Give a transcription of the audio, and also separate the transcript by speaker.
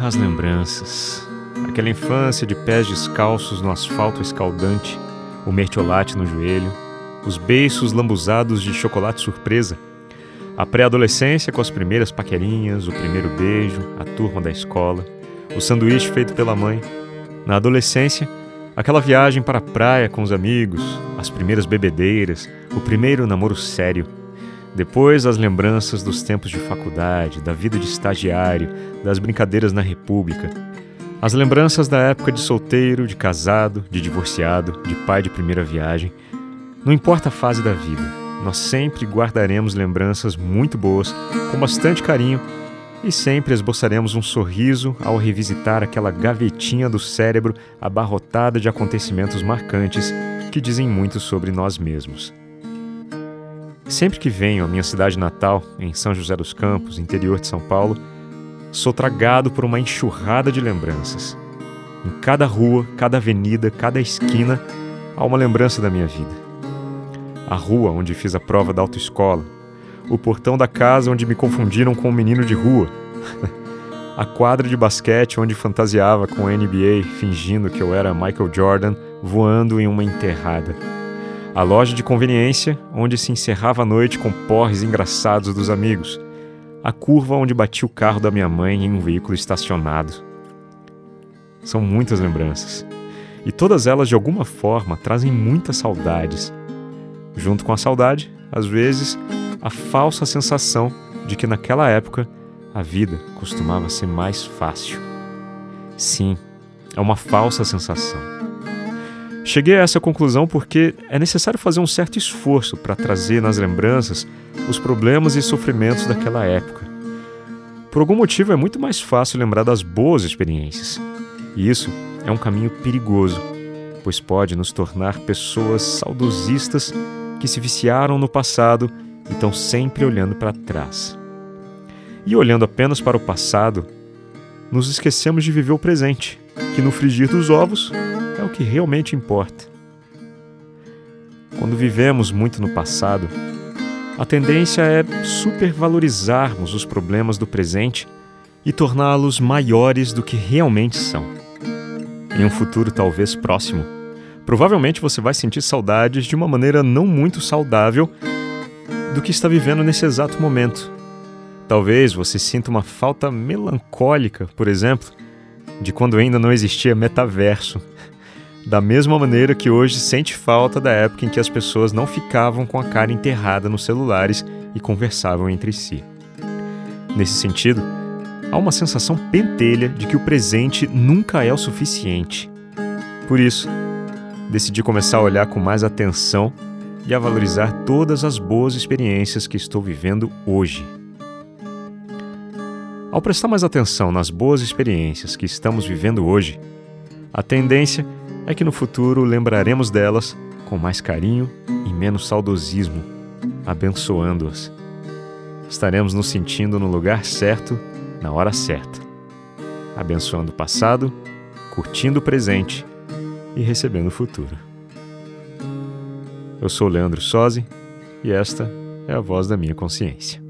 Speaker 1: As lembranças. Aquela infância de pés descalços no asfalto escaldante, o mertiolate no joelho, os beiços lambuzados de chocolate surpresa, a pré-adolescência com as primeiras paquerinhas, o primeiro beijo, a turma da escola, o sanduíche feito pela mãe. Na adolescência, aquela viagem para a praia com os amigos, as primeiras bebedeiras, o primeiro namoro sério. Depois, as lembranças dos tempos de faculdade, da vida de estagiário, das brincadeiras na República. As lembranças da época de solteiro, de casado, de divorciado, de pai de primeira viagem. Não importa a fase da vida, nós sempre guardaremos lembranças muito boas, com bastante carinho, e sempre esboçaremos um sorriso ao revisitar aquela gavetinha do cérebro abarrotada de acontecimentos marcantes que dizem muito sobre nós mesmos. Sempre que venho à minha cidade natal, em São José dos Campos, interior de São Paulo, sou tragado por uma enxurrada de lembranças. Em cada rua, cada avenida, cada esquina, há uma lembrança da minha vida. A rua onde fiz a prova da autoescola, o portão da casa onde me confundiram com um menino de rua, a quadra de basquete onde fantasiava com a NBA fingindo que eu era Michael Jordan voando em uma enterrada. A loja de conveniência, onde se encerrava a noite com porres engraçados dos amigos. A curva onde bati o carro da minha mãe em um veículo estacionado. São muitas lembranças. E todas elas, de alguma forma, trazem muitas saudades. Junto com a saudade, às vezes, a falsa sensação de que naquela época a vida costumava ser mais fácil. Sim, é uma falsa sensação. Cheguei a essa conclusão porque é necessário fazer um certo esforço para trazer nas lembranças os problemas e sofrimentos daquela época. Por algum motivo é muito mais fácil lembrar das boas experiências. E isso é um caminho perigoso, pois pode nos tornar pessoas saudosistas que se viciaram no passado e estão sempre olhando para trás. E olhando apenas para o passado, nos esquecemos de viver o presente, que no frigir dos ovos é o que realmente importa. Quando vivemos muito no passado, a tendência é supervalorizarmos os problemas do presente e torná-los maiores do que realmente são. Em um futuro talvez próximo, provavelmente você vai sentir saudades de uma maneira não muito saudável do que está vivendo nesse exato momento. Talvez você sinta uma falta melancólica, por exemplo, de quando ainda não existia metaverso. Da mesma maneira que hoje sente falta da época em que as pessoas não ficavam com a cara enterrada nos celulares e conversavam entre si. Nesse sentido, há uma sensação pentelha de que o presente nunca é o suficiente. Por isso, decidi começar a olhar com mais atenção e a valorizar todas as boas experiências que estou vivendo hoje. Ao prestar mais atenção nas boas experiências que estamos vivendo hoje, a tendência é que no futuro lembraremos delas com mais carinho e menos saudosismo, abençoando-as. Estaremos nos sentindo no lugar certo, na hora certa, abençoando o passado, curtindo o presente e recebendo o futuro. Eu sou Leandro Sozzi e esta é a voz da minha consciência.